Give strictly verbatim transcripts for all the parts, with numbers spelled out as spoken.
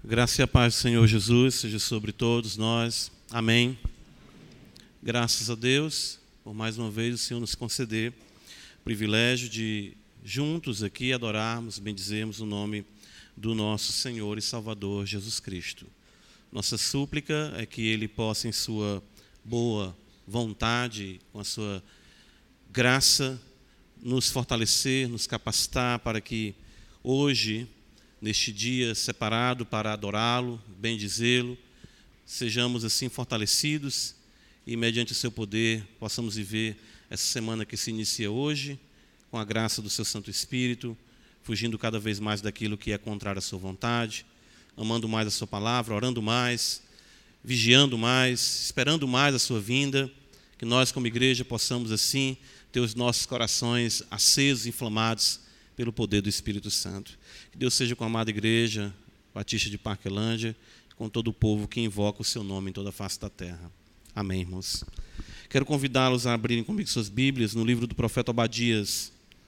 Graça e a paz do Senhor Jesus seja sobre todos nós. Amém. Graças a Deus, por mais uma vez o Senhor nos conceder o privilégio de juntos aqui adorarmos, bendizermos o nome do nosso Senhor e Salvador Jesus Cristo. Nossa súplica é que Ele possa, em sua boa vontade, com a sua graça, nos fortalecer, nos capacitar para que hoje, neste dia separado para adorá-lo, bendizê-lo, sejamos assim fortalecidos e, mediante o seu poder, possamos viver essa semana que se inicia hoje, com a graça do seu Santo Espírito, fugindo cada vez mais daquilo que é contrário à sua vontade, amando mais a sua palavra, orando mais, vigiando mais, esperando mais a sua vinda, que nós como igreja possamos assim ter os nossos corações acesos, inflamados pelo poder do Espírito Santo. Que Deus seja com a amada igreja Batista de Parquelândia, com todo o povo que invoca o seu nome em toda a face da terra. Amém, irmãos. Quero convidá-los a abrirem comigo suas Bíblias no livro do profeta Obadias.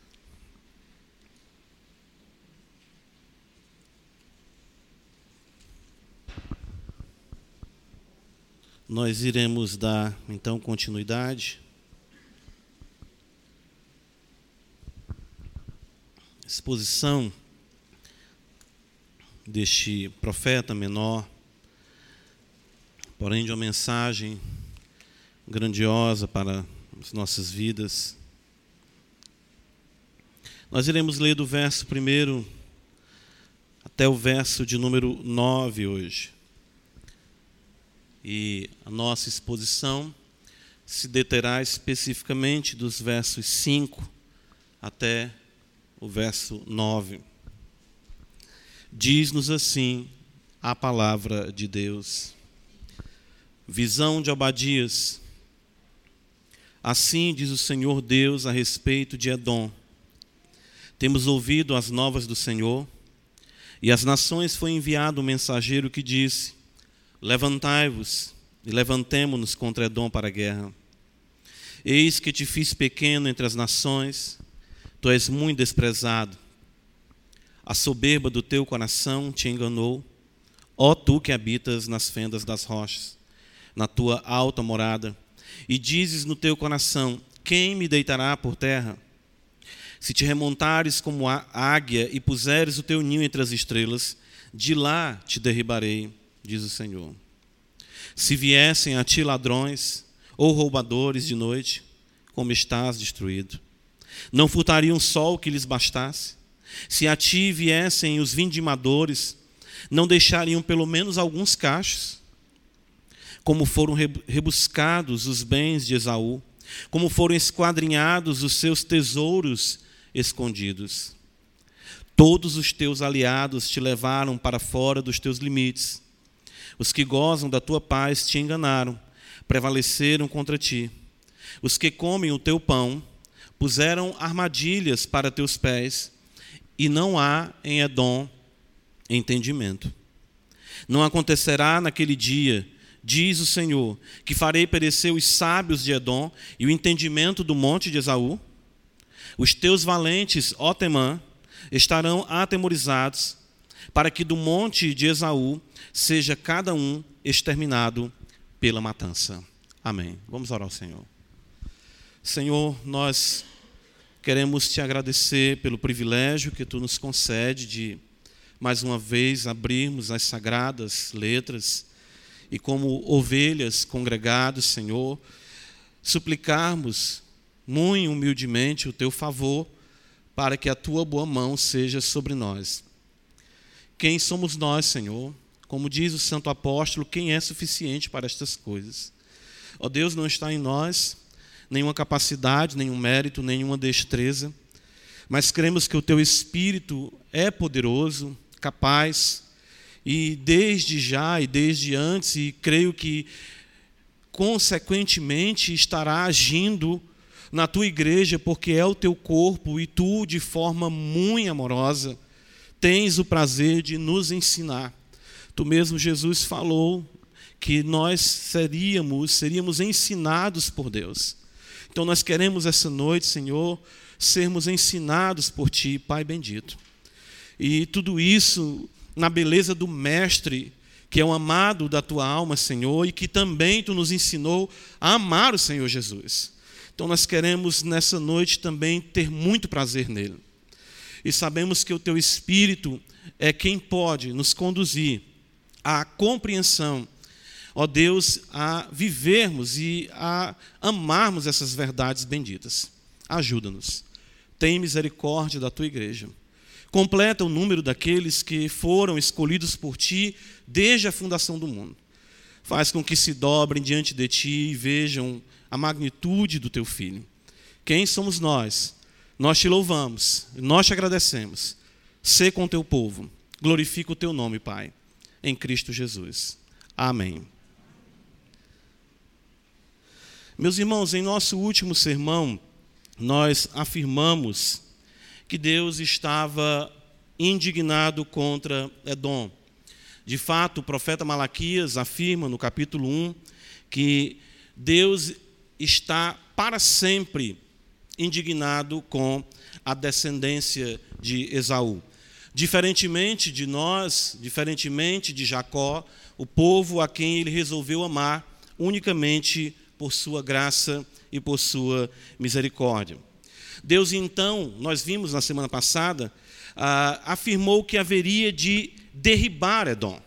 Nós iremos dar, então, continuidade. Exposição deste profeta menor, porém de uma mensagem grandiosa para as nossas vidas. Nós iremos ler do verso primeiro até o verso de número nove hoje. E a nossa exposição se deterá especificamente dos versos cinco até o verso nove. Diz-nos assim a palavra de Deus. Visão de Obadias. Assim diz o Senhor Deus a respeito de Edom. Temos ouvido as novas do Senhor, e às nações foi enviado um mensageiro que disse: levantai-vos e levantemo-nos contra Edom para a guerra. Eis que te fiz pequeno entre as nações, tu és muito desprezado. A soberba do teu coração te enganou, ó tu que habitas nas fendas das rochas, na tua alta morada, e dizes no teu coração: quem me deitará por terra? Se te remontares como a águia e puseres o teu ninho entre as estrelas, de lá te derribarei, diz o Senhor. Se viessem a ti ladrões ou roubadores de noite, como estás destruído? Não furtariam só o que lhes bastasse? Se a ti viessem os vindimadores, não deixariam pelo menos alguns cachos? Como foram rebuscados os bens de Esaú, como foram esquadrinhados os seus tesouros escondidos. Todos os teus aliados te levaram para fora dos teus limites. Os que gozam da tua paz te enganaram, prevaleceram contra ti. Os que comem o teu pão puseram armadilhas para teus pés, e não há em Edom entendimento. Não acontecerá naquele dia, diz o Senhor, que farei perecer os sábios de Edom e o entendimento do monte de Esaú? Os teus valentes, ó Temã, estarão atemorizados, para que do monte de Esaú seja cada um exterminado pela matança. Amém. Vamos orar ao Senhor. Senhor, nós queremos te agradecer pelo privilégio que tu nos concede de, mais uma vez, abrirmos as sagradas letras e, como ovelhas congregados, Senhor, suplicarmos muito humildemente o teu favor para que a tua boa mão seja sobre nós. Quem somos nós, Senhor? Como diz o santo apóstolo, quem é suficiente para estas coisas? Ó Deus, não está em nós nenhuma capacidade, nenhum mérito, nenhuma destreza, mas cremos que o teu Espírito é poderoso, capaz, e desde já e desde antes, e creio que consequentemente estará agindo na tua igreja, porque é o teu corpo e tu, de forma muito amorosa, tens o prazer de nos ensinar. Tu mesmo, Jesus, falou que nós seríamos, seríamos ensinados por Deus. Então nós queremos essa noite, Senhor, sermos ensinados por Ti, Pai bendito. E tudo isso na beleza do Mestre, que é o amado da tua alma, Senhor, e que também tu nos ensinou a amar o Senhor Jesus. Então nós queremos nessa noite também ter muito prazer nele. E sabemos que o teu Espírito é quem pode nos conduzir à compreensão, ó Deus, a vivermos e a amarmos essas verdades benditas. Ajuda-nos. Tem misericórdia da tua igreja. Completa o número daqueles que foram escolhidos por ti desde a fundação do mundo. Faz com que se dobrem diante de ti e vejam a magnitude do teu Filho. Quem somos nós? Nós te louvamos, nós te agradecemos. Sê com o teu povo. Glorifica o teu nome, Pai, em Cristo Jesus. Amém. Meus irmãos, em nosso último sermão, nós afirmamos que Deus estava indignado contra Edom. De fato, o profeta Malaquias afirma no capítulo um que Deus está para sempre indignado com a descendência de Esaú. Diferentemente de nós, diferentemente de Jacó, o povo a quem ele resolveu amar unicamente por sua graça e por sua misericórdia. Deus, então, nós vimos na semana passada, ah, afirmou que haveria de derribar Edom.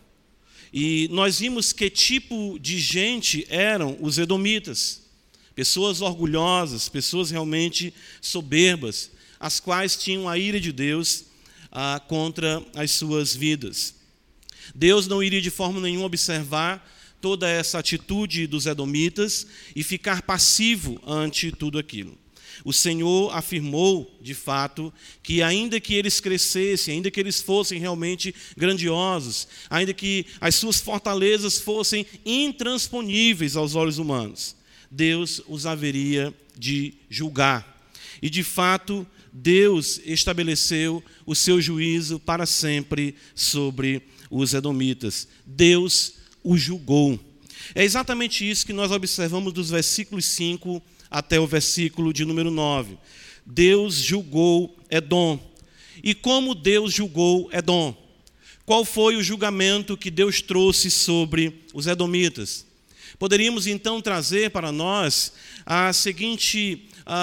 E nós vimos que tipo de gente eram os edomitas. Pessoas orgulhosas, pessoas realmente soberbas, as quais tinham a ira de Deus ah, contra as suas vidas. Deus não iria de forma nenhuma observar toda essa atitude dos edomitas e ficar passivo ante tudo aquilo. O Senhor afirmou, de fato, que ainda que eles crescessem, ainda que eles fossem realmente grandiosos, ainda que as suas fortalezas fossem intransponíveis aos olhos humanos, Deus os haveria de julgar. E, de fato, Deus estabeleceu o seu juízo para sempre sobre os edomitas. Deus os julgou. É exatamente isso que nós observamos dos versículos cinco até o versículo de número nove. Deus julgou Edom. E como Deus julgou Edom? Qual foi o julgamento que Deus trouxe sobre os edomitas? Poderíamos então trazer para nós a seguinte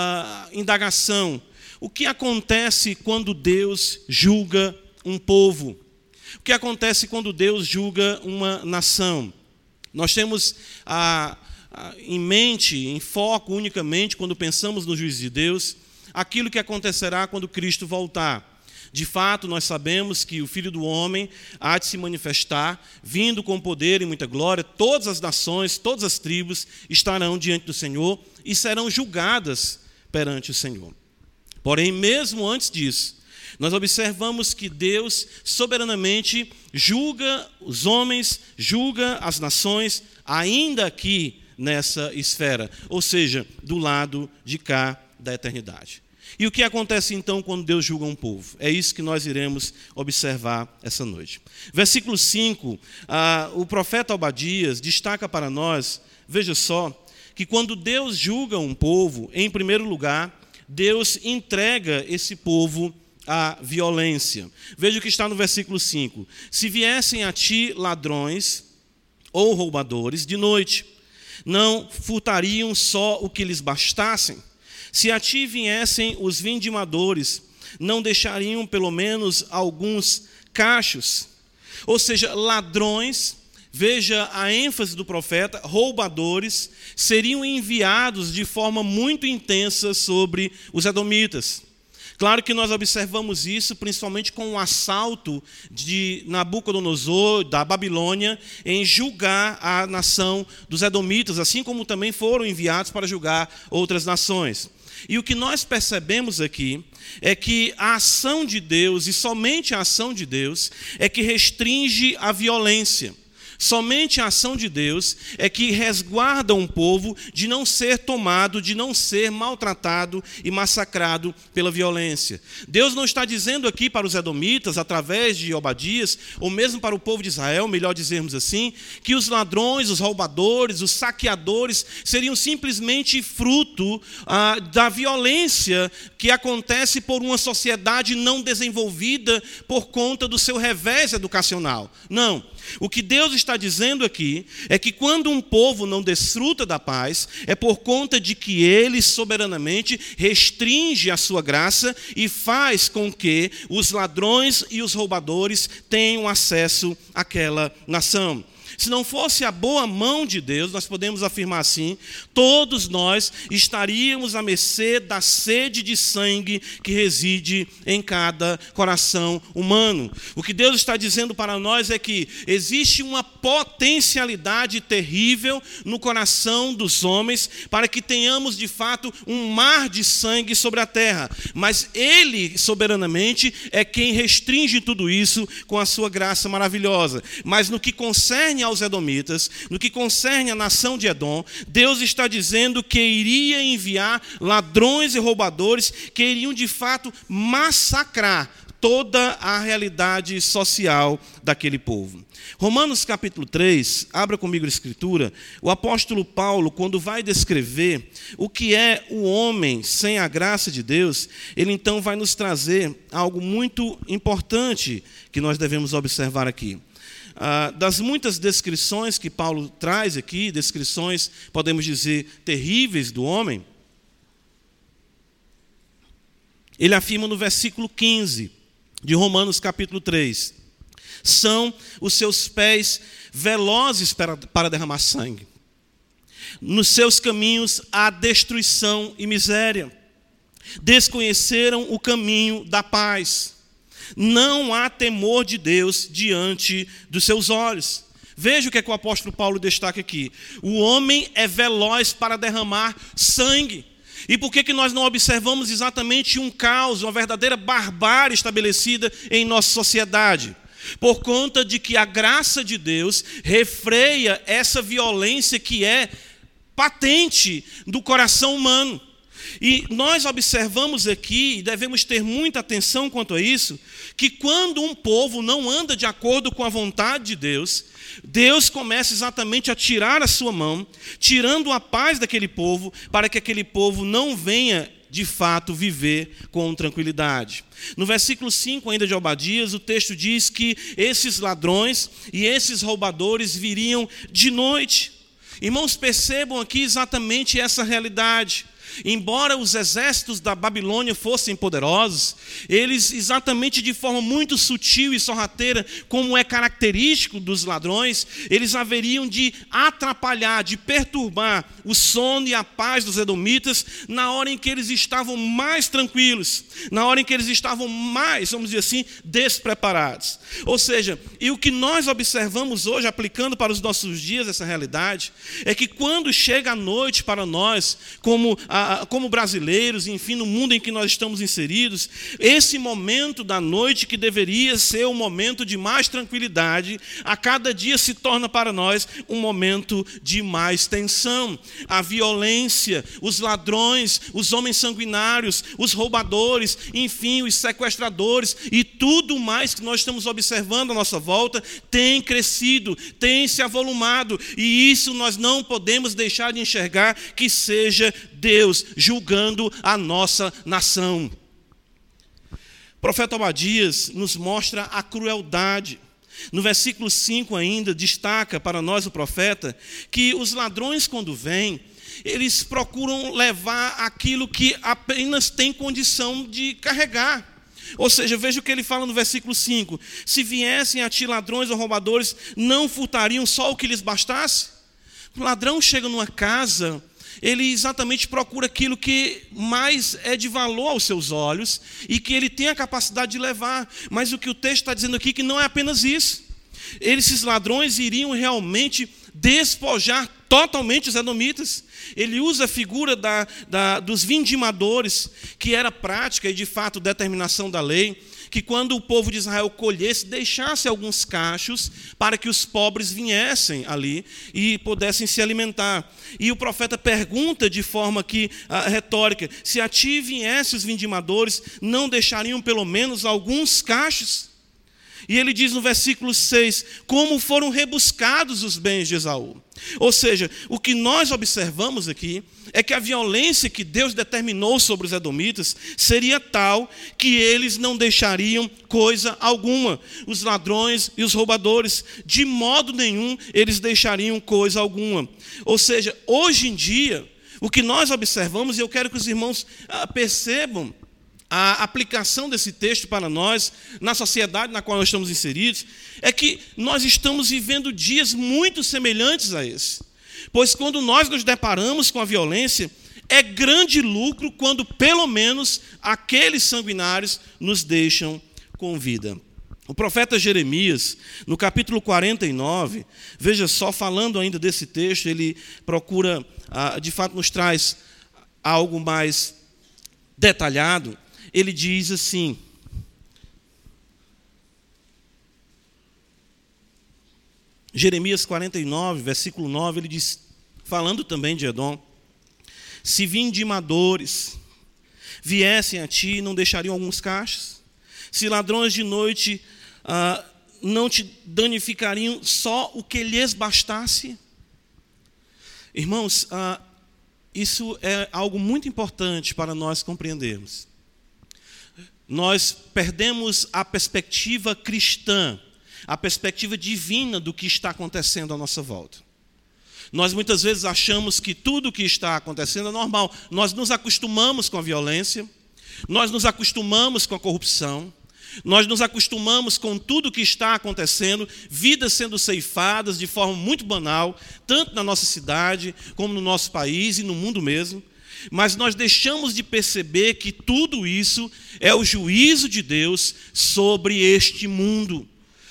a indagação: o que acontece quando Deus julga um povo? O que acontece quando Deus julga uma nação? Nós temos a em mente, em foco unicamente, quando pensamos no juízo de Deus, aquilo que acontecerá quando Cristo voltar. De fato, nós sabemos que o Filho do Homem há de se manifestar, vindo com poder e muita glória. Todas as nações, todas as tribos estarão diante do Senhor e serão julgadas perante o Senhor. Porém, mesmo antes disso, nós observamos que Deus soberanamente julga os homens, julga as nações, ainda aqui nessa esfera, ou seja, do lado de cá da eternidade. E o que acontece então quando Deus julga um povo? É isso que nós iremos observar essa noite. Versículo cinco, ah, o profeta Obadias destaca para nós, veja só, que quando Deus julga um povo, em primeiro lugar, Deus entrega esse povo à violência. Veja o que está no versículo cinco. Se viessem a ti ladrões ou roubadores de noite, não furtariam só o que lhes bastassem? Se a ti viessem os vindimadores, não deixariam pelo menos alguns cachos? Ou seja, ladrões, veja a ênfase do profeta, roubadores, seriam enviados de forma muito intensa sobre os edomitas. Claro que nós observamos isso principalmente com o assalto de Nabucodonosor, da Babilônia, em julgar a nação dos edomitas, assim como também foram enviados para julgar outras nações. E o que nós percebemos aqui é que a ação de Deus, e somente a ação de Deus, é que restringe a violência. Somente a ação de Deus é que resguarda um povo de não ser tomado, de não ser maltratado e massacrado pela violência. Deus não está dizendo aqui para os edomitas, através de Obadias, ou mesmo para o povo de Israel, melhor dizermos assim, que os ladrões, os roubadores, os saqueadores seriam simplesmente fruto ah, da violência que acontece por uma sociedade não desenvolvida por conta do seu revés educacional. Não. O que Deus está dizendo aqui é que quando um povo não desfruta da paz, é por conta de que ele soberanamente restringe a sua graça e faz com que os ladrões e os roubadores tenham acesso àquela nação. Se não fosse a boa mão de Deus, nós podemos afirmar assim, todos nós estaríamos à mercê da sede de sangue que reside em cada coração humano. O que Deus está dizendo para nós é que existe uma potencialidade terrível no coração dos homens para que tenhamos de fato um mar de sangue sobre a terra. Mas Ele, soberanamente, é quem restringe tudo isso com a sua graça maravilhosa. Mas no que concerne aos edomitas, no que concerne à nação de Edom, Deus está dizendo que iria enviar ladrões e roubadores que iriam de fato massacrar toda a realidade social daquele povo. Romanos capítulo três, abra comigo a escritura, o apóstolo Paulo, quando vai descrever o que é o homem sem a graça de Deus, ele então vai nos trazer algo muito importante que nós devemos observar aqui. Ah, das muitas descrições que Paulo traz aqui, descrições, podemos dizer, terríveis do homem, ele afirma no versículo quinze de Romanos capítulo três, são os seus pés velozes para, para derramar sangue, nos seus caminhos há destruição e miséria, desconheceram o caminho da paz. Não há temor de Deus diante dos seus olhos. Veja o que é que o apóstolo Paulo destaca aqui. O homem é veloz para derramar sangue. E por que que nós não observamos exatamente um caos, uma verdadeira barbárie estabelecida em nossa sociedade? Por conta de que a graça de Deus refreia essa violência que é patente do coração humano. E nós observamos aqui, e devemos ter muita atenção quanto a isso, que quando um povo não anda de acordo com a vontade de Deus, Deus começa exatamente a tirar a sua mão, tirando a paz daquele povo, para que aquele povo não venha, de fato, viver com tranquilidade. No versículo cinco ainda de Obadias, o texto diz que esses ladrões e esses roubadores viriam de noite. Irmãos, percebam aqui exatamente essa realidade. Embora os exércitos da Babilônia fossem poderosos, eles exatamente de forma muito sutil e sorrateira, como é característico dos ladrões, eles haveriam de atrapalhar, de perturbar o sono e a paz dos edomitas na hora em que eles estavam mais tranquilos, na hora em que eles estavam mais, vamos dizer assim, despreparados. Ou seja, e o que nós observamos hoje, aplicando para os nossos dias essa realidade, é que quando chega a noite para nós, como a como brasileiros, enfim, no mundo em que nós estamos inseridos, esse momento da noite que deveria ser um momento de mais tranquilidade, a cada dia se torna para nós um momento de mais tensão. A violência, os ladrões, os homens sanguinários, os roubadores, enfim, os sequestradores e tudo mais que nós estamos observando à nossa volta tem crescido, tem se avolumado, e isso nós não podemos deixar de enxergar que seja Deus julgando a nossa nação. O profeta Obadias nos mostra a crueldade. No versículo cinco ainda, destaca para nós o profeta que os ladrões, quando vêm, eles procuram levar aquilo que apenas tem condição de carregar. Ou seja, veja o que ele fala no versículo cinco. Se viessem a ti ladrões ou roubadores, não furtariam só o que lhes bastasse? O ladrão chega numa casa, ele exatamente procura aquilo que mais é de valor aos seus olhos e que ele tem a capacidade de levar. Mas o que o texto está dizendo aqui é que não é apenas isso. Esses ladrões iriam realmente despojar totalmente os edomitas. Ele usa a figura da, da, dos vindimadores, que era prática e de fato determinação da lei, que quando o povo de Israel colhesse, deixasse alguns cachos para que os pobres viessem ali e pudessem se alimentar. E o profeta pergunta de forma que, uh, retórica, se a ti viessem os vindimadores, não deixariam pelo menos alguns cachos? E ele diz no versículo seis, como foram rebuscados os bens de Esaú. Ou seja, o que nós observamos aqui é que a violência que Deus determinou sobre os edomitas seria tal que eles não deixariam coisa alguma. Os ladrões e os roubadores, de modo nenhum, eles deixariam coisa alguma. Ou seja, hoje em dia, o que nós observamos, e eu quero que os irmãos ah, percebam, a aplicação desse texto para nós, na sociedade na qual nós estamos inseridos, é que nós estamos vivendo dias muito semelhantes a esse. Pois quando nós nos deparamos com a violência, é grande lucro quando pelo menos aqueles sanguinários nos deixam com vida. O profeta Jeremias, no capítulo quarenta e nove, veja só, falando ainda desse texto, ele procura, de fato nos traz algo mais detalhado. Ele diz assim, Jeremias quarenta e nove, versículo nove, ele diz, falando também de Edom, se vindimadores viessem a ti, não deixariam alguns cachos? Se ladrões de noite ah, não te danificariam só o que lhes bastasse? Irmãos, ah, isso é algo muito importante para nós compreendermos. Nós perdemos a perspectiva cristã, a perspectiva divina do que está acontecendo à nossa volta. Nós muitas vezes achamos que tudo o que está acontecendo é normal. Nós nos acostumamos com a violência, nós nos acostumamos com a corrupção, nós nos acostumamos com tudo o que está acontecendo, vidas sendo ceifadas de forma muito banal, tanto na nossa cidade, como no nosso país e no mundo mesmo. Mas nós deixamos de perceber que tudo isso é o juízo de Deus sobre este mundo.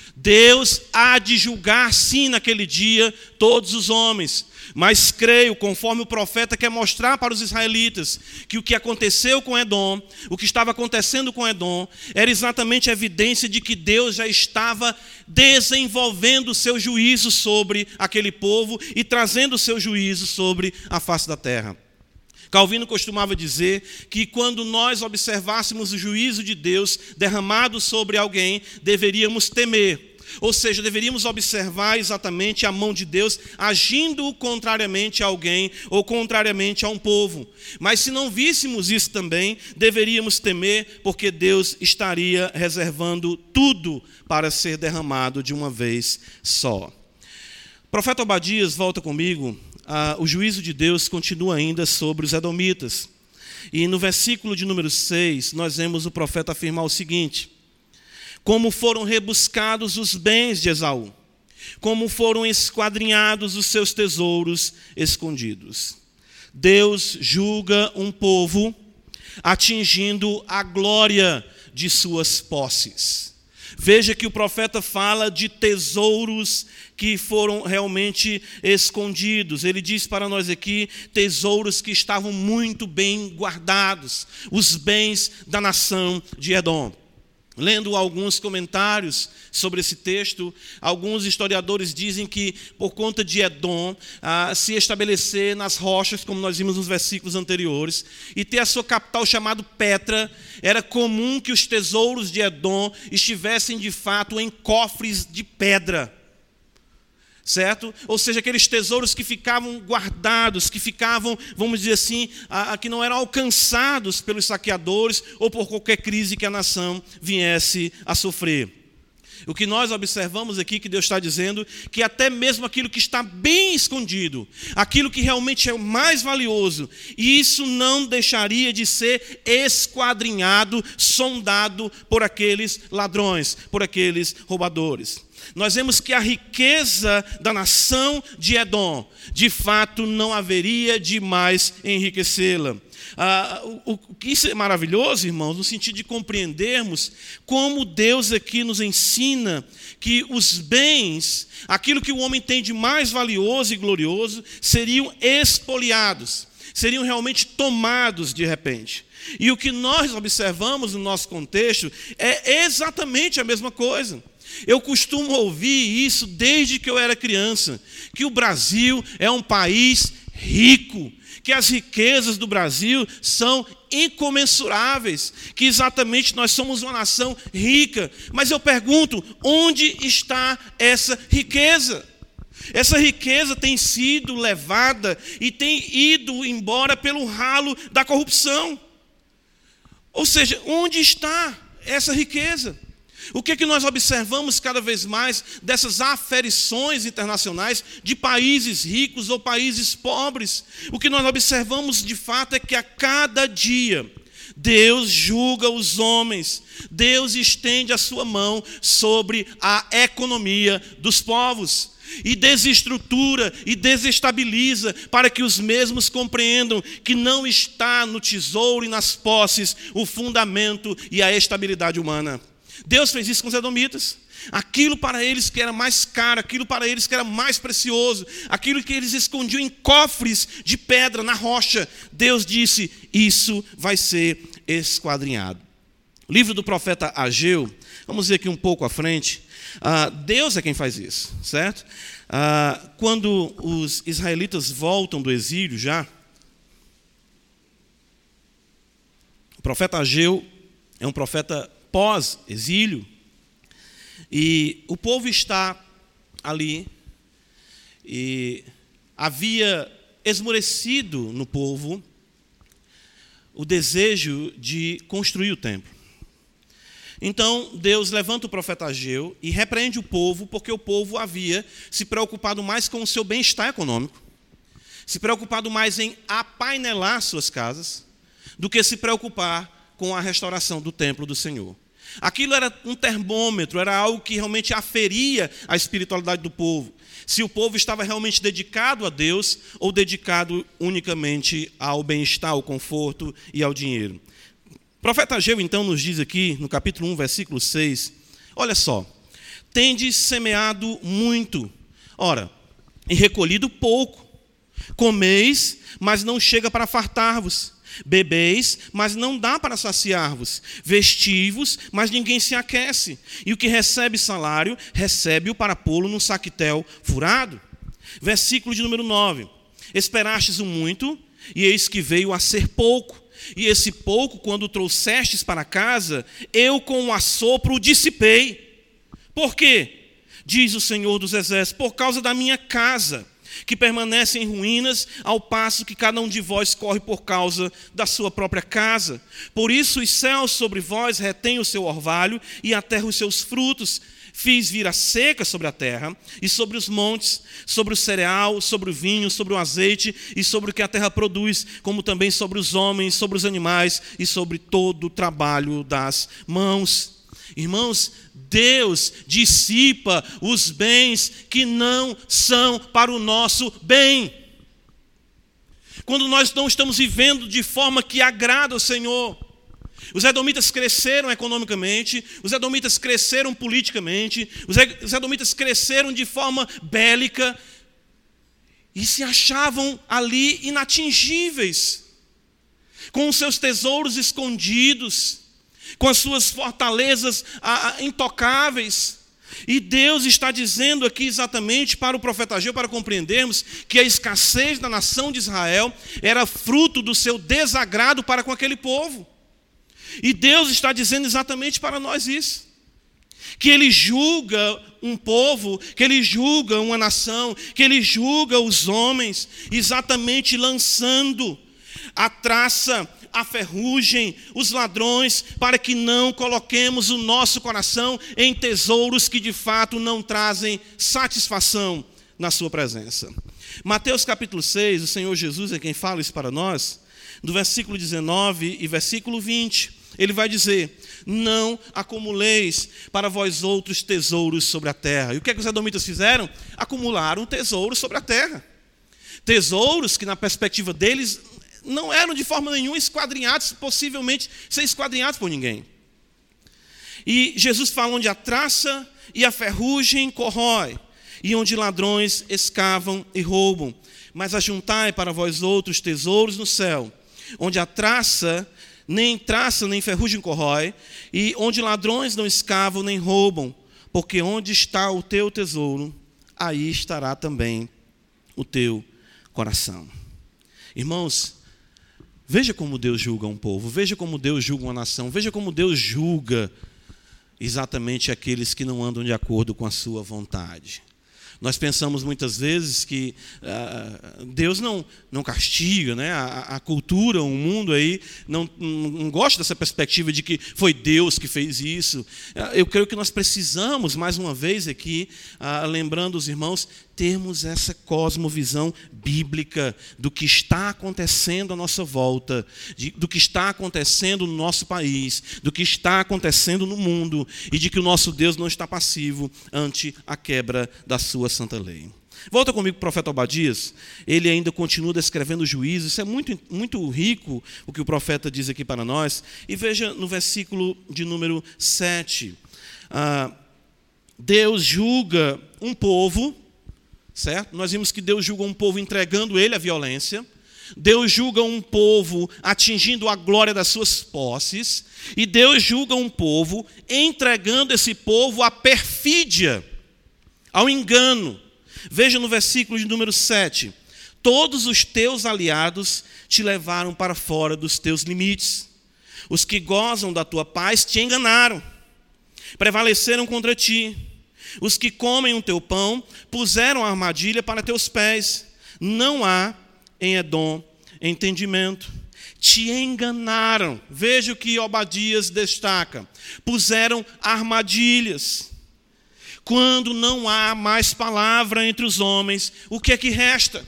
Deus há de julgar, sim, naquele dia, todos os homens. Mas creio, conforme o profeta quer mostrar para os israelitas, que o que aconteceu com Edom, o que estava acontecendo com Edom, era exatamente a evidência de que Deus já estava desenvolvendo o seu juízo sobre aquele povo e trazendo o seu juízo sobre a face da terra. Calvino costumava dizer que quando nós observássemos o juízo de Deus derramado sobre alguém, deveríamos temer. Ou seja, deveríamos observar exatamente a mão de Deus agindo contrariamente a alguém ou contrariamente a um povo. Mas se não víssemos isso também, deveríamos temer, porque Deus estaria reservando tudo para ser derramado de uma vez só. O profeta Obadias, volta comigo. Ah, o juízo de Deus continua ainda sobre os edomitas. E no versículo de número seis, nós vemos o profeta afirmar o seguinte: como foram rebuscados os bens de Esaú, como foram esquadrinhados os seus tesouros escondidos. Deus julga um povo atingindo a glória de suas posses. Veja que o profeta fala de tesouros que foram realmente escondidos. Ele diz para nós aqui, tesouros que estavam muito bem guardados, os bens da nação de Edom. Lendo alguns comentários sobre esse texto, alguns historiadores dizem que por conta de Edom ah, se estabelecer nas rochas, como nós vimos nos versículos anteriores, e ter a sua capital chamada Petra, era comum que os tesouros de Edom estivessem de fato em cofres de pedra. Certo? Ou seja, aqueles tesouros que ficavam guardados, que ficavam, vamos dizer assim, a, a, que não eram alcançados pelos saqueadores ou por qualquer crise que a nação viesse a sofrer. O que nós observamos aqui, que Deus está dizendo, que até mesmo aquilo que está bem escondido, aquilo que realmente é o mais valioso, isso não deixaria de ser esquadrinhado, sondado por aqueles ladrões, por aqueles roubadores. Nós vemos que a riqueza da nação de Edom, de fato, não haveria de mais enriquecê-la. Ah, o, o, isso é maravilhoso, irmãos, no sentido de compreendermos como Deus aqui nos ensina que os bens, aquilo que o homem tem de mais valioso e glorioso, seriam expoliados, seriam realmente tomados de repente. E o que nós observamos no nosso contexto é exatamente a mesma coisa. Eu costumo ouvir isso desde que eu era criança, que o Brasil é um país rico, que as riquezas do Brasil são incomensuráveis, que exatamente nós somos uma nação rica. Mas eu pergunto, onde está essa riqueza? Essa riqueza tem sido levada e tem ido embora pelo ralo da corrupção. Ou seja, onde está essa riqueza? O que é que nós observamos cada vez mais dessas aferições internacionais de países ricos ou países pobres? O que nós observamos de fato é que a cada dia Deus julga os homens, Deus estende a sua mão sobre a economia dos povos e desestrutura e desestabiliza para que os mesmos compreendam que não está no tesouro e nas posses o fundamento e a estabilidade humana. Deus fez isso com os edomitas. Aquilo para eles que era mais caro, aquilo para eles que era mais precioso, aquilo que eles escondiam em cofres de pedra na rocha, Deus disse, isso vai ser esquadrinhado. Livro do profeta Ageu, vamos ver aqui um pouco à frente. Ah, Deus é quem faz isso, certo? Ah, quando os israelitas voltam do exílio já, o profeta Ageu é um profeta pós-exílio, e o povo está ali, e havia esmorecido no povo o desejo de construir o templo. Então, Deus levanta o profeta Ageu e repreende o povo, porque o povo havia se preocupado mais com o seu bem-estar econômico, se preocupado mais em apainelar suas casas, do que se preocupar com a restauração do templo do Senhor. Aquilo era um termômetro, era algo que realmente aferia a espiritualidade do povo. Se o povo estava realmente dedicado a Deus ou dedicado unicamente ao bem-estar, ao conforto e ao dinheiro. O profeta Ageu, então, nos diz aqui, no capítulo um, versículo seis, olha só, tendes semeado muito, ora, e recolhido pouco, comeis, mas não chega para fartar-vos. Bebeis, mas não dá para saciar-vos. Vestivos, mas ninguém se aquece. E o que recebe salário, recebe-o para pô-lo num saquetel furado. Versículo de número nove. Esperastes o muito, e eis que veio a ser pouco. E esse pouco, quando o trouxestes para casa, eu com o assopro o dissipei. Por quê? Diz o Senhor dos Exércitos, por causa da minha casa, que permanece em ruínas, ao passo que cada um de vós corre por causa da sua própria casa. Por isso os céus sobre vós retêm o seu orvalho, e a terra os seus frutos. Fiz vir a seca sobre a terra, e sobre os montes, sobre o cereal, sobre o vinho, sobre o azeite, e sobre o que a terra produz, como também sobre os homens, sobre os animais, e sobre todo o trabalho das mãos. Irmãos, Deus dissipa os bens que não são para o nosso bem. Quando nós não estamos vivendo de forma que agrada ao Senhor. Os edomitas cresceram economicamente, os edomitas cresceram politicamente, os edomitas cresceram de forma bélica e se achavam ali inatingíveis, com os seus tesouros escondidos, com as suas fortalezas ah, intocáveis. E Deus está dizendo aqui exatamente para o profeta Ageu, para compreendermos que a escassez da nação de Israel era fruto do seu desagrado para com aquele povo. E Deus está dizendo exatamente para nós isso. Que Ele julga um povo, que Ele julga uma nação, que Ele julga os homens, exatamente lançando a traça, a ferrugem, os ladrões, para que não coloquemos o nosso coração em tesouros que de fato não trazem satisfação na sua presença. Mateus capítulo seis, o Senhor Jesus é quem fala isso para nós, do versículo dezenove e versículo vinte, ele vai dizer, não acumuleis para vós outros tesouros sobre a terra. E o que é que os edomitas fizeram? Acumularam tesouros sobre a terra. Tesouros que na perspectiva deles não eram de forma nenhuma esquadrinhados, possivelmente ser esquadrinhados por ninguém. E Jesus fala onde a traça e a ferrugem corrói, e onde ladrões escavam e roubam. Mas ajuntai para vós outros tesouros no céu, onde a traça nem traça, nem ferrugem corrói, e onde ladrões não escavam nem roubam, porque onde está o teu tesouro, aí estará também o teu coração. Irmãos, veja como Deus julga um povo, veja como Deus julga uma nação, veja como Deus julga exatamente aqueles que não andam de acordo com a sua vontade. Nós pensamos muitas vezes que uh, Deus não, não castiga, né? a, a cultura, o mundo aí não, não, não gosta dessa perspectiva de que foi Deus que fez isso. Uh, eu creio que nós precisamos, mais uma vez aqui, uh, lembrando os irmãos, termos essa cosmovisão bíblica do que está acontecendo à nossa volta, de, do que está acontecendo no nosso país, do que está acontecendo no mundo, e de que o nosso Deus não está passivo ante a quebra da sua santa lei. Volta comigo para o profeta Obadias, ele ainda continua descrevendo o juízo, isso é muito, muito rico o que o profeta diz aqui para nós, e veja no versículo de número sete, ah, Deus julga um povo, certo? Nós vimos que Deus julga um povo entregando ele à violência, Deus julga um povo atingindo a glória das suas posses, e Deus julga um povo entregando esse povo à perfídia, ao engano. Veja no versículo de número sete, todos os teus aliados te levaram para fora dos teus limites, os que gozam da tua paz te enganaram, prevaleceram contra ti. Os que comem o teu pão puseram armadilha para teus pés. Não há em Edom entendimento. Te enganaram. Veja o que Obadias destaca. Puseram armadilhas. Quando não há mais palavra entre os homens, o que é que resta?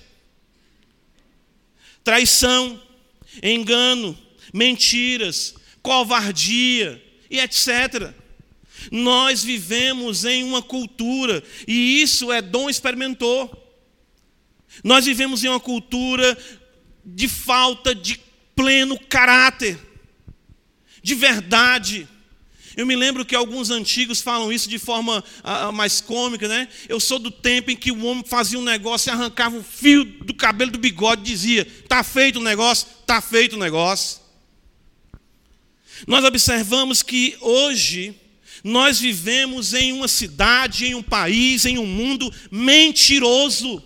Traição, engano, mentiras, covardia e etcétera. Nós vivemos em uma cultura, e isso Edom experimentou. Nós vivemos em uma cultura de falta de pleno caráter, de verdade. Eu me lembro que alguns antigos falam isso de forma uh, mais cômica, né? Eu sou do tempo em que o homem fazia um negócio e arrancava o fio do cabelo do bigode e dizia, está feito o negócio, está feito o negócio. Nós observamos que hoje nós vivemos em uma cidade, em um país, em um mundo mentiroso.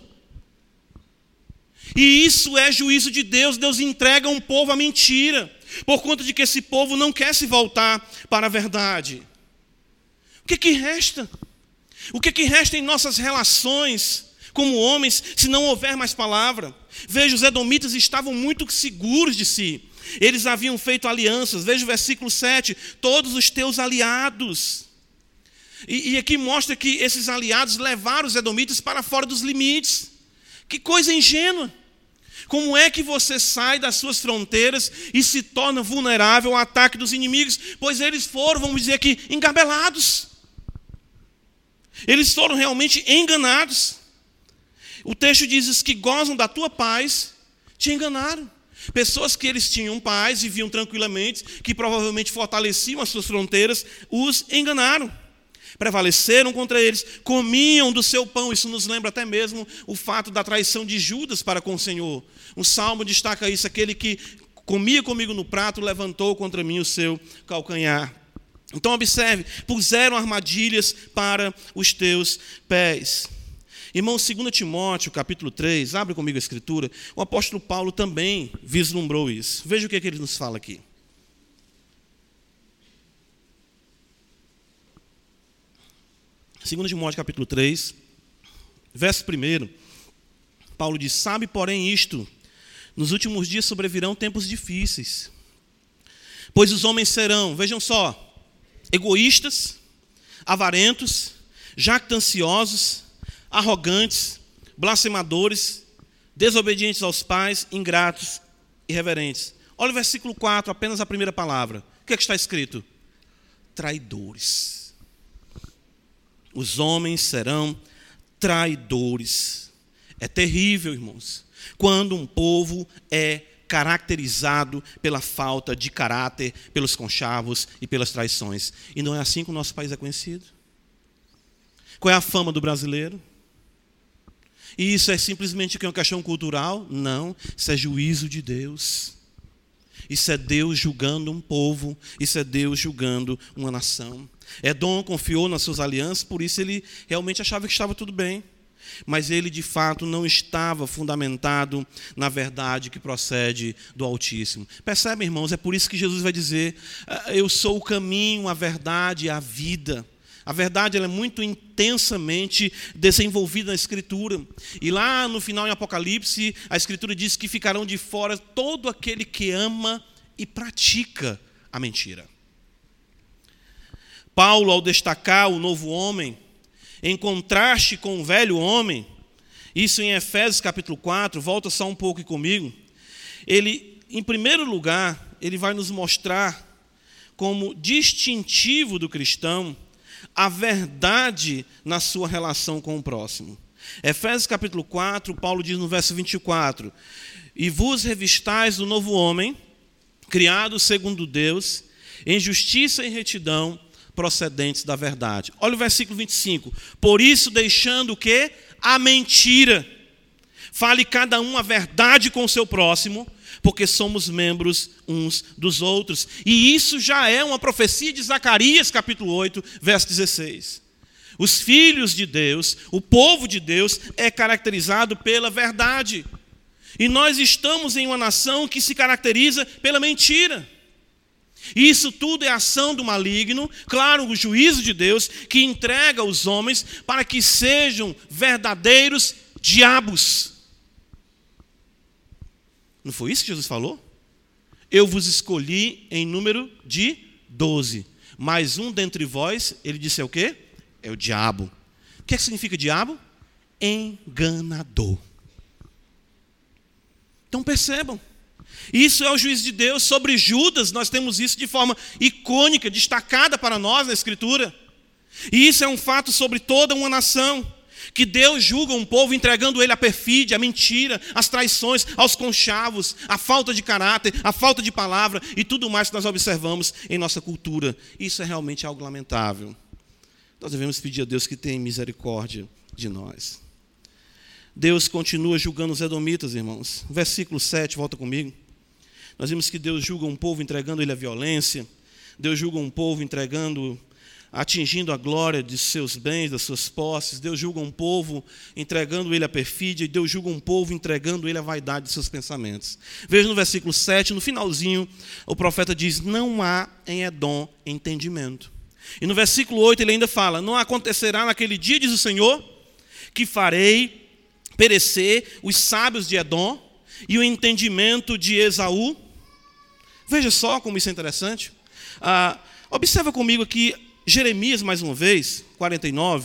E isso é juízo de Deus. Deus entrega um povo à mentira, por conta de que esse povo não quer se voltar para a verdade. O que que resta? O que que resta em nossas relações como homens, se não houver mais palavra? Veja, os edomitas estavam muito seguros de si. Eles haviam feito alianças. Veja o versículo sete. Todos os teus aliados. E, e aqui mostra que esses aliados levaram os edomitas para fora dos limites. Que coisa ingênua. Como é que você sai das suas fronteiras e se torna vulnerável ao ataque dos inimigos? Pois eles foram, vamos dizer aqui, engabelados. Eles foram realmente enganados. O texto diz: os que gozam da tua paz te enganaram. Pessoas que eles tinham paz, viviam tranquilamente, que provavelmente fortaleciam as suas fronteiras, os enganaram. Prevaleceram contra eles, comiam do seu pão. Isso nos lembra até mesmo o fato da traição de Judas para com o Senhor. Um salmo destaca isso: aquele que comia comigo no prato, levantou contra mim o seu calcanhar. Então observe, puseram armadilhas para os teus pés. Irmão, segundo Timóteo, capítulo três, abre comigo a escritura, o apóstolo Paulo também vislumbrou isso. Veja o que, é que ele nos fala aqui. segundo Timóteo, capítulo três, verso primeiro, Paulo diz: sabe, porém, isto, nos últimos dias sobrevirão tempos difíceis, pois os homens serão, vejam só, egoístas, avarentos, jactanciosos, arrogantes, blasfemadores, desobedientes aos pais, ingratos, irreverentes. Olha o versículo quatro, apenas a primeira palavra. O que é que está escrito? Traidores. Os homens serão traidores. É terrível, irmãos, quando um povo é caracterizado pela falta de caráter, pelos conchavos e pelas traições. E não é assim que o nosso país é conhecido? Qual é a fama do brasileiro? E isso é simplesmente uma questão cultural? Não, isso é juízo de Deus. Isso é Deus julgando um povo, isso é Deus julgando uma nação. Edom confiou nas suas alianças, por isso ele realmente achava que estava tudo bem. Mas ele, de fato, não estava fundamentado na verdade que procede do Altíssimo. Percebem, irmãos? É por isso que Jesus vai dizer, eu sou o caminho, a verdade e a vida. A verdade ela é muito intensamente desenvolvida na Escritura. E lá no final, em Apocalipse, a Escritura diz que ficarão de fora todo aquele que ama e pratica a mentira. Paulo, ao destacar o novo homem, em contraste com o velho homem, isso em Efésios capítulo quatro, volta só um pouco comigo, ele, em primeiro lugar, ele vai nos mostrar como distintivo do cristão a verdade na sua relação com o próximo. Efésios capítulo quatro, Paulo diz no verso vinte e quatro, e vos revistais do novo homem, criado segundo Deus, em justiça e retidão, procedentes da verdade. Olha o versículo vinte e cinco. Por isso, deixando o quê? A mentira. Fale cada um a verdade com o seu próximo, porque somos membros uns dos outros. E isso já é uma profecia de Zacarias, capítulo oito, verso dezesseis. Os filhos de Deus, o povo de Deus, é caracterizado pela verdade. E nós estamos em uma nação que se caracteriza pela mentira. E isso tudo é ação do maligno, claro, o juízo de Deus, que entrega os homens para que sejam verdadeiros diabos. Não foi isso que Jesus falou? Eu vos escolhi em número de doze, mas um dentre vós, ele disse é o quê? É o diabo. O que, é que significa diabo? Enganador. Então percebam. Isso é o juízo de Deus sobre Judas. Nós temos isso de forma icônica, destacada para nós na Escritura. E isso é um fato sobre toda uma nação, que Deus julga um povo entregando ele à perfídia, à mentira, às traições, aos conchavos, à falta de caráter, à falta de palavra e tudo mais que nós observamos em nossa cultura. Isso é realmente algo lamentável. Nós devemos pedir a Deus que tenha misericórdia de nós. Deus continua julgando os edomitas, irmãos. Versículo sete, volta comigo. Nós vimos que Deus julga um povo entregando ele à violência. Deus julga um povo entregando, atingindo a glória de seus bens, das suas posses. Deus julga um povo entregando ele à perfídia. E Deus julga um povo entregando ele à vaidade de seus pensamentos. Veja no versículo sete, no finalzinho, o profeta diz, não há em Edom entendimento. E no versículo oito ele ainda fala, não acontecerá naquele dia, diz o Senhor, que farei perecer os sábios de Edom e o entendimento de Esaú. Veja só como isso é interessante. Ah, observa comigo aqui Jeremias, mais uma vez, quarenta e nove.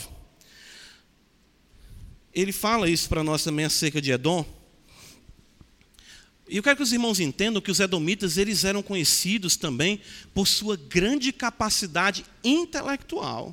Ele fala isso para nós também acerca de Edom. E eu quero que os irmãos entendam que os edomitas eles eram conhecidos também por sua grande capacidade intelectual.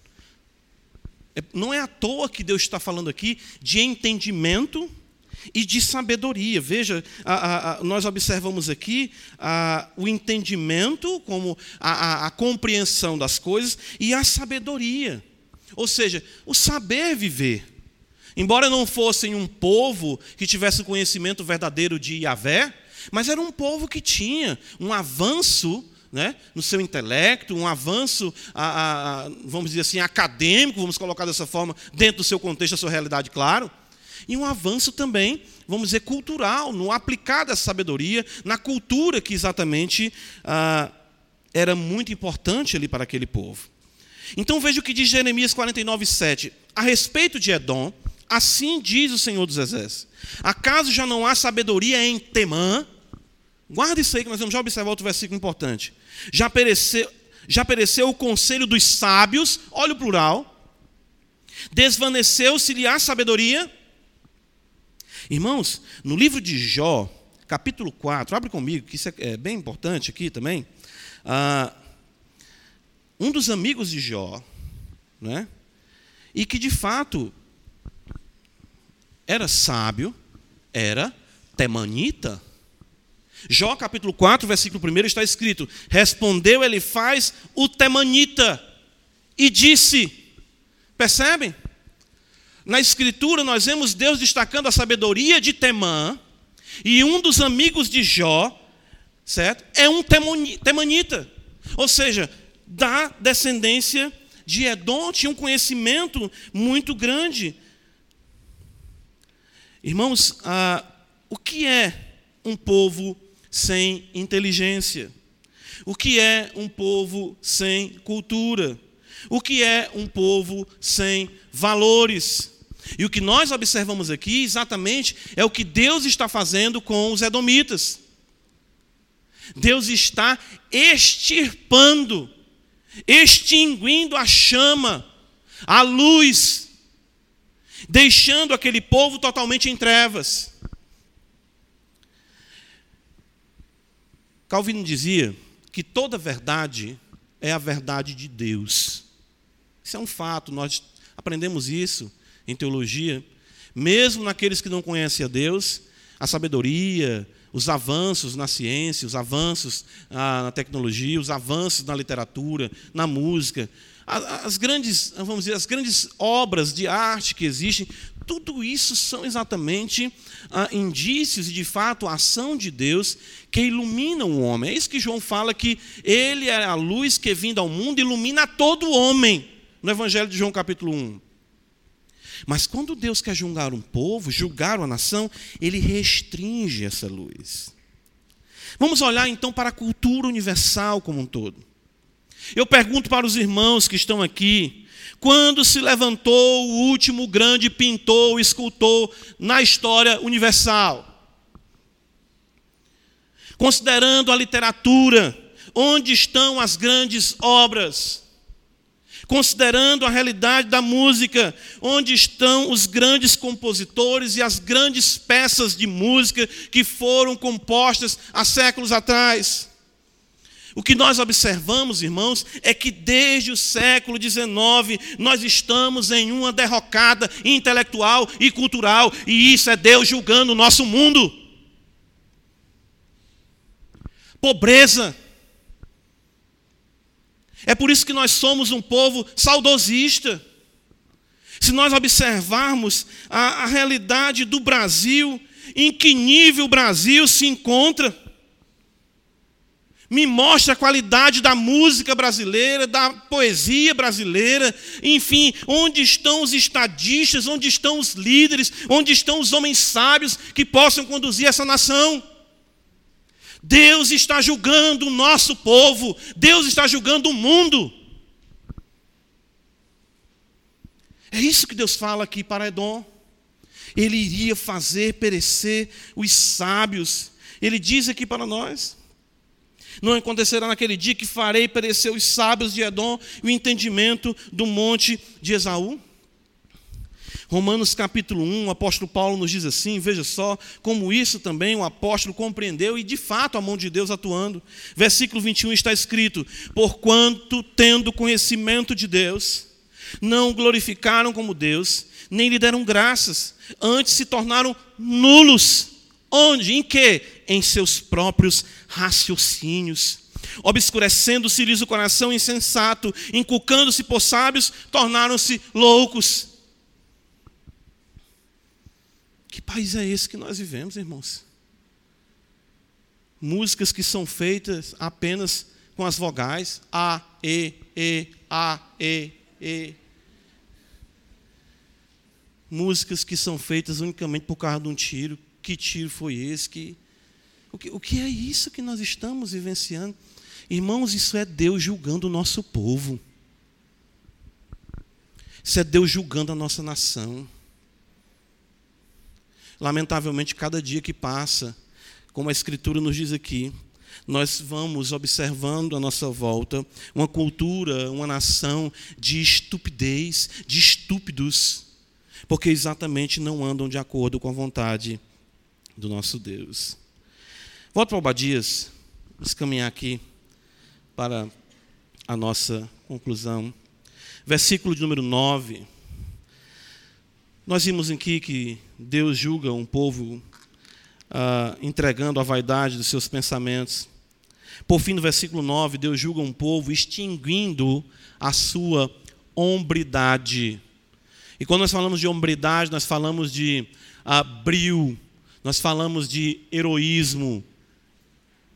Não é à toa que Deus está falando aqui de entendimento e de sabedoria. Veja, a, a, a, nós observamos aqui a, o entendimento como a, a, a compreensão das coisas e a sabedoria. Ou seja, o saber viver. Embora não fossem um povo que tivesse o conhecimento verdadeiro de Yahvé, mas era um povo que tinha um avanço, né, no seu intelecto, um avanço, a, a, vamos dizer assim, acadêmico, vamos colocar dessa forma, dentro do seu contexto, da sua realidade, claro, e um avanço também, vamos dizer, cultural, no aplicar dessa sabedoria, na cultura que exatamente ah, era muito importante ali para aquele povo. Então veja o que diz Jeremias quarenta e nove, sete. A respeito de Edom, assim diz o Senhor dos Exércitos, acaso já não há sabedoria em Temã? Guarda isso aí que nós vamos já observar outro versículo importante. Já pereceu, já pereceu o conselho dos sábios, olha o plural, desvaneceu-se-lhe a sabedoria. Irmãos, no livro de Jó, capítulo quatro, abre comigo, que isso é bem importante aqui também. Ah, um dos amigos de Jó, né, e que de fato era sábio, era temanita. Jó capítulo quatro, versículo um está escrito, respondeu Elifaz o temanita e disse, percebem? Na escritura nós vemos Deus destacando a sabedoria de Temã, e um dos amigos de Jó certo? É um temanita, ou seja, da descendência de Edom, tinha um conhecimento muito grande. Irmãos, ah, o que é um povo sem inteligência? O que é um povo sem cultura? O que é um povo sem valores? E o que nós observamos aqui, exatamente, é o que Deus está fazendo com os edomitas. Deus está extirpando, extinguindo a chama, a luz, deixando aquele povo totalmente em trevas. Calvino dizia que toda verdade é a verdade de Deus. Isso é um fato, nós aprendemos isso em teologia. Mesmo naqueles que não conhecem a Deus, a sabedoria, os avanços na ciência, os avanços na tecnologia, os avanços na literatura, na música, as grandes, vamos dizer, as grandes obras de arte que existem, tudo isso são exatamente ah, indícios e, de fato, a ação de Deus que ilumina o homem. É isso que João fala, que ele é a luz que, vindo ao mundo, ilumina todo o homem, no Evangelho de João, capítulo um. Mas quando Deus quer julgar um povo, julgar uma nação, ele restringe essa luz. Vamos olhar, então, para a cultura universal como um todo. Eu pergunto para os irmãos que estão aqui, quando se levantou o último grande pintor, escultor na história universal? Considerando a literatura, onde estão as grandes obras? Considerando a realidade da música, onde estão os grandes compositores e as grandes peças de música que foram compostas há séculos atrás? O que nós observamos, irmãos, é que desde o século dezenove nós estamos em uma derrocada intelectual e cultural, e isso é Deus julgando o nosso mundo. Pobreza. É por isso que nós somos um povo saudosista. Se nós observarmos a, a realidade do Brasil, em que nível o Brasil se encontra, me mostra a qualidade da música brasileira, da poesia brasileira, enfim, onde estão os estadistas, onde estão os líderes, onde estão os homens sábios que possam conduzir essa nação. Deus está julgando o nosso povo, Deus está julgando o mundo. É isso que Deus fala aqui para Edom. Ele iria fazer perecer os sábios. Ele diz aqui para nós: não acontecerá naquele dia que farei perecer os sábios de Edom e o entendimento do monte de Esaú? Romanos capítulo um, o apóstolo Paulo nos diz assim, veja só, como isso também o apóstolo compreendeu e de fato a mão de Deus atuando. Versículo vinte e um está escrito: porquanto, tendo conhecimento de Deus, não o glorificaram como Deus, nem lhe deram graças, antes se tornaram nulos. Onde? Em quê? Em seus próprios raciocínios. Obscurecendo-se-lhes o coração insensato, inculcando-se por sábios, tornaram-se loucos. Que país é esse que nós vivemos, irmãos? Músicas que são feitas apenas com as vogais A, E, E, A, E, E. Músicas que são feitas unicamente por causa de um tiro. Que tiro foi esse? Que... O, que, o que é isso que nós estamos vivenciando? Irmãos, isso é Deus julgando o nosso povo. Isso é Deus julgando a nossa nação. Lamentavelmente, cada dia que passa, como a Escritura nos diz aqui, nós vamos observando à nossa volta uma cultura, uma nação de estupidez, de estúpidos, porque exatamente não andam de acordo com a vontade do nosso Deus. Volto para Obadias, vamos caminhar aqui para a nossa conclusão. Versículo de número nove. Nós vimos aqui que Deus julga um povo ah, entregando a vaidade dos seus pensamentos. Por fim, no versículo nove, Deus julga um povo extinguindo a sua hombridade. E quando nós falamos de hombridade, nós falamos de ah, brio, nós falamos de heroísmo.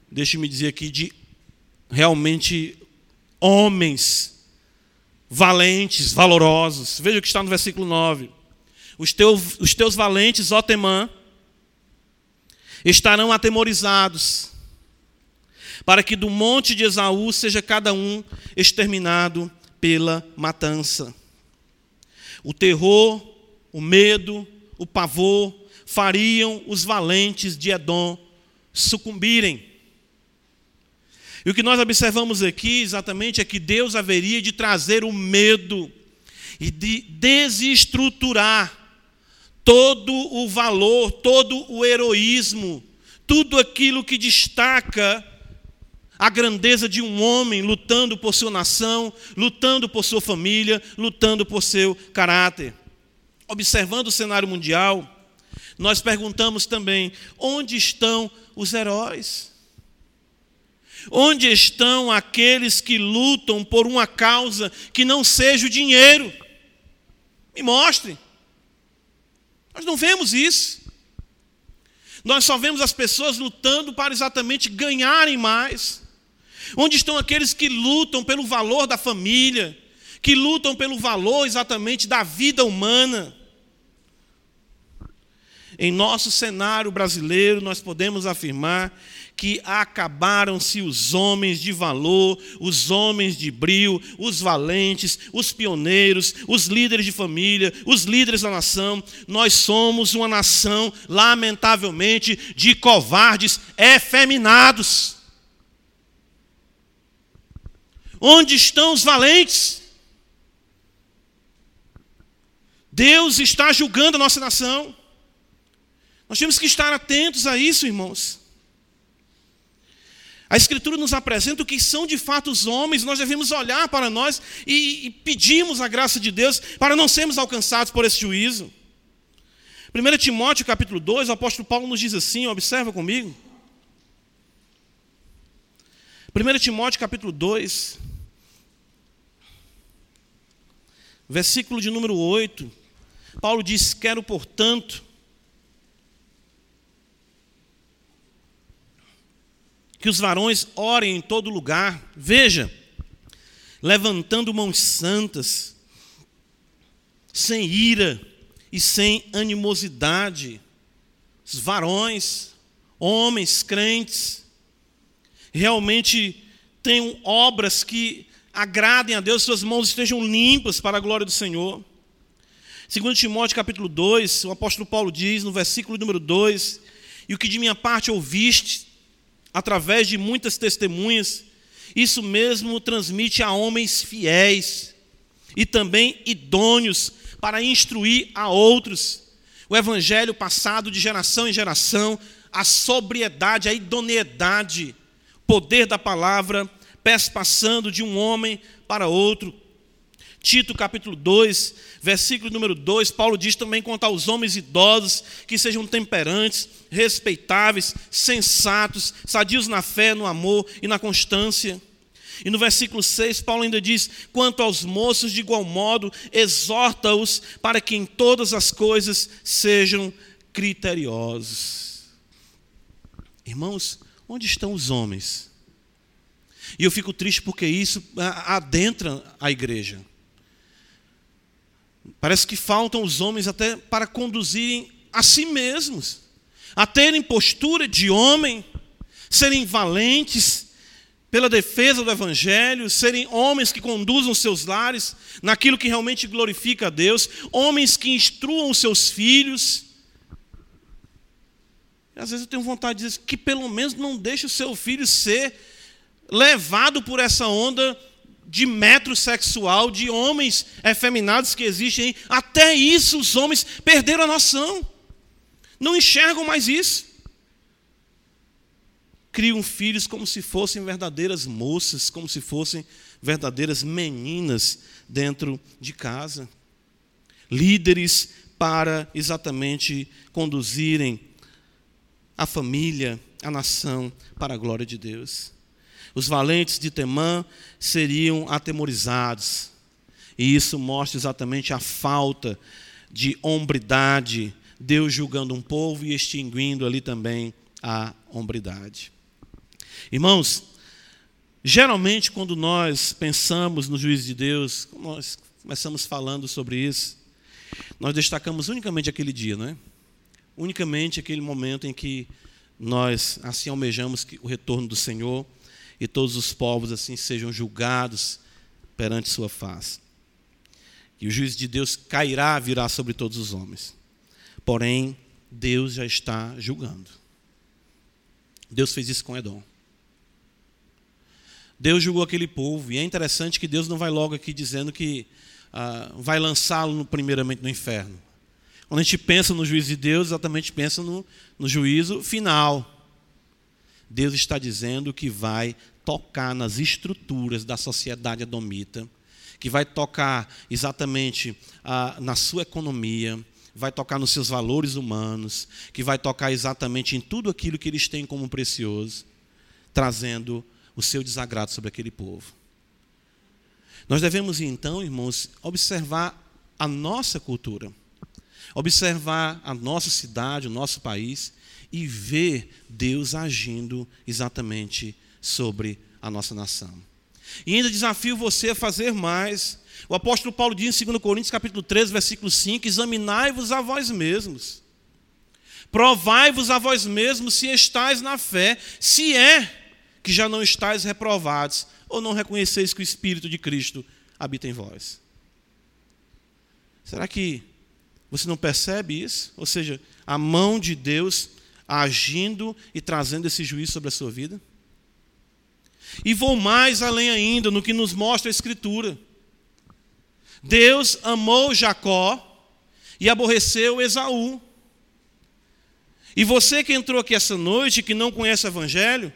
deixe-me dizer aqui, de realmente homens valentes, valorosos. Veja o que está no versículo nove. Os teus, os teus valentes, ó Temã, estarão atemorizados, para que do monte de Esaú seja cada um exterminado pela matança. O terror, o medo, o pavor fariam os valentes de Edom sucumbirem. E o que nós observamos aqui exatamente é que Deus haveria de trazer o medo e de desestruturar todo o valor, todo o heroísmo, tudo aquilo que destaca a grandeza de um homem lutando por sua nação, lutando por sua família, lutando por seu caráter. Observando o cenário mundial, nós perguntamos também, onde estão os heróis? Onde estão aqueles que lutam por uma causa que não seja o dinheiro? Me mostre. Nós não vemos isso. Nós só vemos as pessoas lutando para exatamente ganharem mais. Onde estão aqueles que lutam pelo valor da família, que lutam pelo valor exatamente da vida humana? Em nosso cenário brasileiro, nós podemos afirmar que acabaram-se os homens de valor, os homens de brio, os valentes, os pioneiros, os líderes de família, os líderes da nação. Nós somos uma nação, lamentavelmente, de covardes efeminados. Onde estão os valentes? Deus está julgando a nossa nação. Nós temos que estar atentos a isso, irmãos. A Escritura nos apresenta o que são de fato os homens. Nós devemos olhar para nós e, e pedirmos a graça de Deus para não sermos alcançados por esse juízo. primeiro Timóteo capítulo dois, o apóstolo Paulo nos diz assim, observa comigo. primeiro Timóteo capítulo dois, versículo de número oito. Paulo diz, quero, portanto, que os varões orem em todo lugar, veja, levantando mãos santas, sem ira e sem animosidade. Os varões, homens, crentes, realmente tenham obras que agradem a Deus, suas mãos estejam limpas para a glória do Senhor. segundo Timóteo capítulo dois, o apóstolo Paulo diz no versículo número dois, e o que de minha parte ouviste, através de muitas testemunhas, isso mesmo transmite a homens fiéis e também idôneos para instruir a outros. O evangelho passado de geração em geração, a sobriedade, a idoneidade, poder da palavra, passando de um homem para outro. Tito capítulo dois, versículo número dois, Paulo diz também quanto aos homens idosos, que sejam temperantes, respeitáveis, sensatos, sadios na fé, no amor e na constância. E no versículo seis, Paulo ainda diz, quanto aos moços, de igual modo, exorta-os para que em todas as coisas sejam criteriosos. Irmãos, onde estão os homens? E eu fico triste porque isso adentra a igreja. Parece que faltam os homens até para conduzirem a si mesmos, a terem postura de homem, serem valentes pela defesa do evangelho, serem homens que conduzam seus lares naquilo que realmente glorifica a Deus, homens que instruam os seus filhos. E às vezes eu tenho vontade de dizer que pelo menos não deixe o seu filho ser levado por essa onda de metrosexual, de homens efeminados que existem. Até isso os homens perderam a noção. Não enxergam mais isso. Criam filhos como se fossem verdadeiras moças, como se fossem verdadeiras meninas dentro de casa. Líderes para exatamente conduzirem a família, a nação para a glória de Deus. Os valentes de Temã seriam atemorizados. E isso mostra exatamente a falta de hombridade, Deus julgando um povo e extinguindo ali também a hombridade. Irmãos, geralmente quando nós pensamos no juízo de Deus, nós começamos falando sobre isso, nós destacamos unicamente aquele dia, não é? Unicamente aquele momento em que nós assim almejamos que o retorno do Senhor e todos os povos assim sejam julgados perante sua face. E o juízo de Deus cairá, virá sobre todos os homens. Porém, Deus já está julgando. Deus fez isso com Edom. Deus julgou aquele povo. E é interessante que Deus não vai logo aqui dizendo que ah, vai lançá-lo primeiramente no inferno. Quando a gente pensa no juízo de Deus, exatamente pensa no, no juízo final. Deus está dizendo que vai tocar nas estruturas da sociedade edomita, que vai tocar exatamente ah, na sua economia, vai tocar nos seus valores humanos, que vai tocar exatamente em tudo aquilo que eles têm como precioso, trazendo o seu desagrado sobre aquele povo. Nós devemos, então, irmãos, observar a nossa cultura, observar a nossa cidade, o nosso país e ver Deus agindo exatamente sobre a nossa nação. E ainda desafio você a fazer mais. O apóstolo Paulo diz em dois Coríntios capítulo treze, versículo cinco, examinai-vos a vós mesmos. Provai-vos a vós mesmos se estáis na fé, se é que já não estáis reprovados, ou não reconheceis que o Espírito de Cristo habita em vós. Será que você não percebe isso? Ou seja, a mão de Deus agindo e trazendo esse juízo sobre a sua vida? E vou mais além ainda no que nos mostra a Escritura. Deus amou Jacó e aborreceu Esaú. E você que entrou aqui essa noite, que não conhece o Evangelho,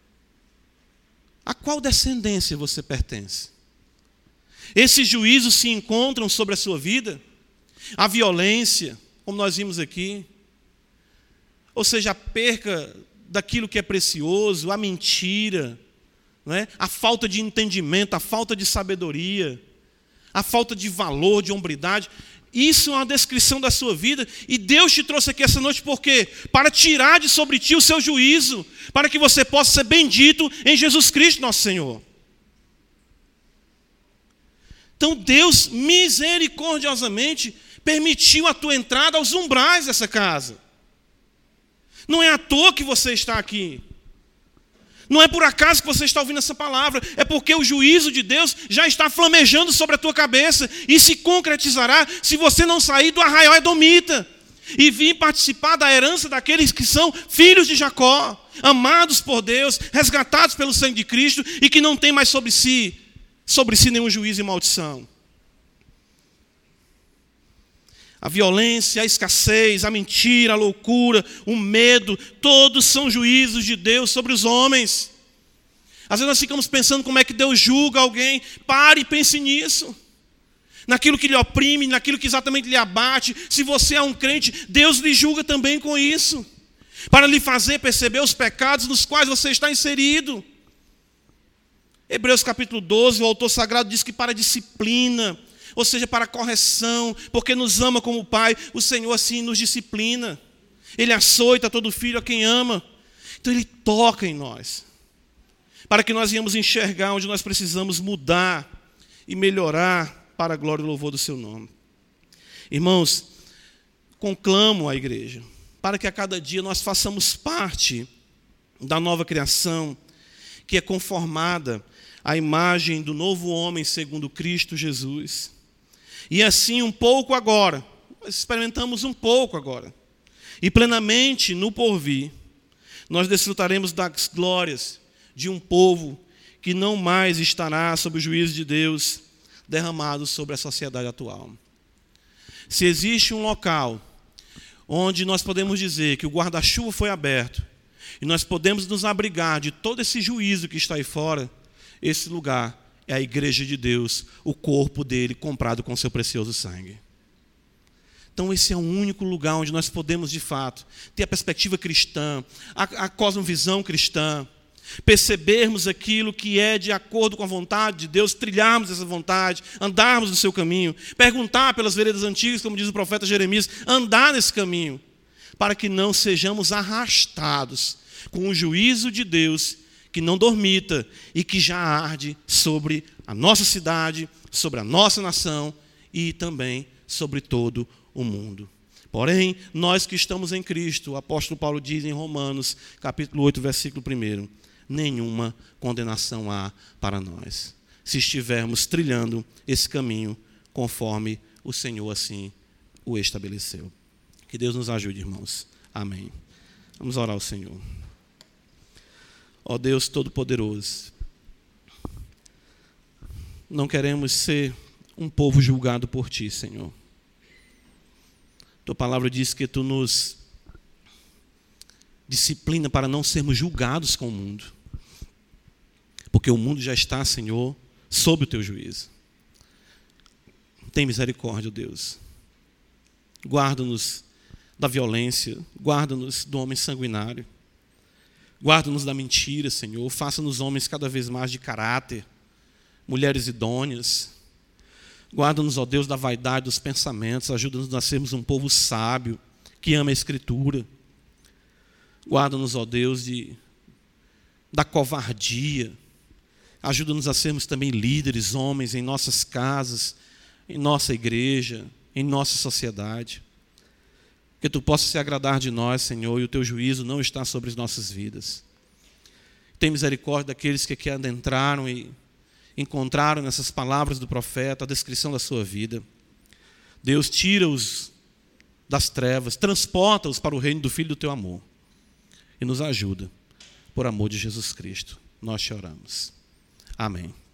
a qual descendência você pertence? Esses juízos se encontram sobre a sua vida? A violência, como nós vimos aqui, ou seja, a perca daquilo que é precioso, a mentira, não é? A falta de entendimento, a falta de sabedoria, a falta de valor, de hombridade. Isso é uma descrição da sua vida. E Deus te trouxe aqui essa noite por quê? Para tirar de sobre ti o seu juízo, para que você possa ser bendito em Jesus Cristo, nosso Senhor. Então Deus misericordiosamente permitiu a tua entrada aos umbrais dessa casa. Não é à toa que você está aqui. Não é por acaso que você está ouvindo essa palavra. É porque o juízo de Deus já está flamejando sobre a tua cabeça e se concretizará se você não sair do arraial edomita e vir participar da herança daqueles que são filhos de Jacó, amados por Deus, resgatados pelo sangue de Cristo e que não tem mais sobre si, sobre si nenhum juízo e maldição. A violência, a escassez, a mentira, a loucura, o medo, todos são juízos de Deus sobre os homens. Às vezes nós ficamos pensando como é que Deus julga alguém. Pare e pense nisso. Naquilo que lhe oprime, naquilo que exatamente lhe abate. Se você é um crente, Deus lhe julga também com isso, para lhe fazer perceber os pecados nos quais você está inserido. Hebreus capítulo doze, o autor sagrado diz que para a disciplina, ou seja, para a correção, porque nos ama como Pai, o Senhor assim nos disciplina. Ele açoita todo filho a quem ama. Então Ele toca em nós, para que nós venhamos enxergar onde nós precisamos mudar e melhorar para a glória e louvor do Seu nome. Irmãos, conclamo a igreja, para que a cada dia nós façamos parte da nova criação, que é conformada à imagem do novo homem segundo Cristo Jesus. E assim um pouco agora, nós experimentamos um pouco agora, e plenamente no porvir, nós desfrutaremos das glórias de um povo que não mais estará sob o juízo de Deus derramado sobre a sociedade atual. Se existe um local onde nós podemos dizer que o guarda-chuva foi aberto e nós podemos nos abrigar de todo esse juízo que está aí fora, esse lugar é a igreja de Deus, o corpo dele comprado com seu precioso sangue. Então esse é o único lugar onde nós podemos de fato ter a perspectiva cristã, a, a cosmovisão cristã, percebermos aquilo que é de acordo com a vontade de Deus, trilharmos essa vontade, andarmos no seu caminho, perguntar pelas veredas antigas, como diz o profeta Jeremias, andar nesse caminho, para que não sejamos arrastados com o juízo de Deus que não dormita e que já arde sobre a nossa cidade, sobre a nossa nação e também sobre todo o mundo. Porém, nós que estamos em Cristo, o apóstolo Paulo diz em Romanos, capítulo oito, versículo um, nenhuma condenação há para nós, se estivermos trilhando esse caminho conforme o Senhor assim o estabeleceu. Que Deus nos ajude, irmãos. Amém. Vamos orar ao Senhor. Ó Deus Todo-Poderoso, não queremos ser um povo julgado por Ti, Senhor. Tua palavra diz que Tu nos disciplina para não sermos julgados com o mundo, porque o mundo já está, Senhor, sob o Teu juízo. Tem misericórdia, Deus. Guarda-nos da violência, guarda-nos do homem sanguinário, guarda-nos da mentira, Senhor. Faça-nos homens cada vez mais de caráter, mulheres idôneas. Guarda-nos, ó Deus, da vaidade dos pensamentos. Ajuda-nos a sermos um povo sábio, que ama a Escritura. Guarda-nos, ó Deus, de, da covardia. Ajuda-nos a sermos também líderes, homens, em nossas casas, em nossa igreja, em nossa sociedade. Que Tu possas se agradar de nós, Senhor, e o Teu juízo não está sobre as nossas vidas. Tem misericórdia daqueles que aqui adentraram e encontraram nessas palavras do profeta a descrição da sua vida. Deus, tira-os das trevas, transporta-os para o reino do Filho do Teu amor e nos ajuda, por amor de Jesus Cristo. Nós te oramos. Amém.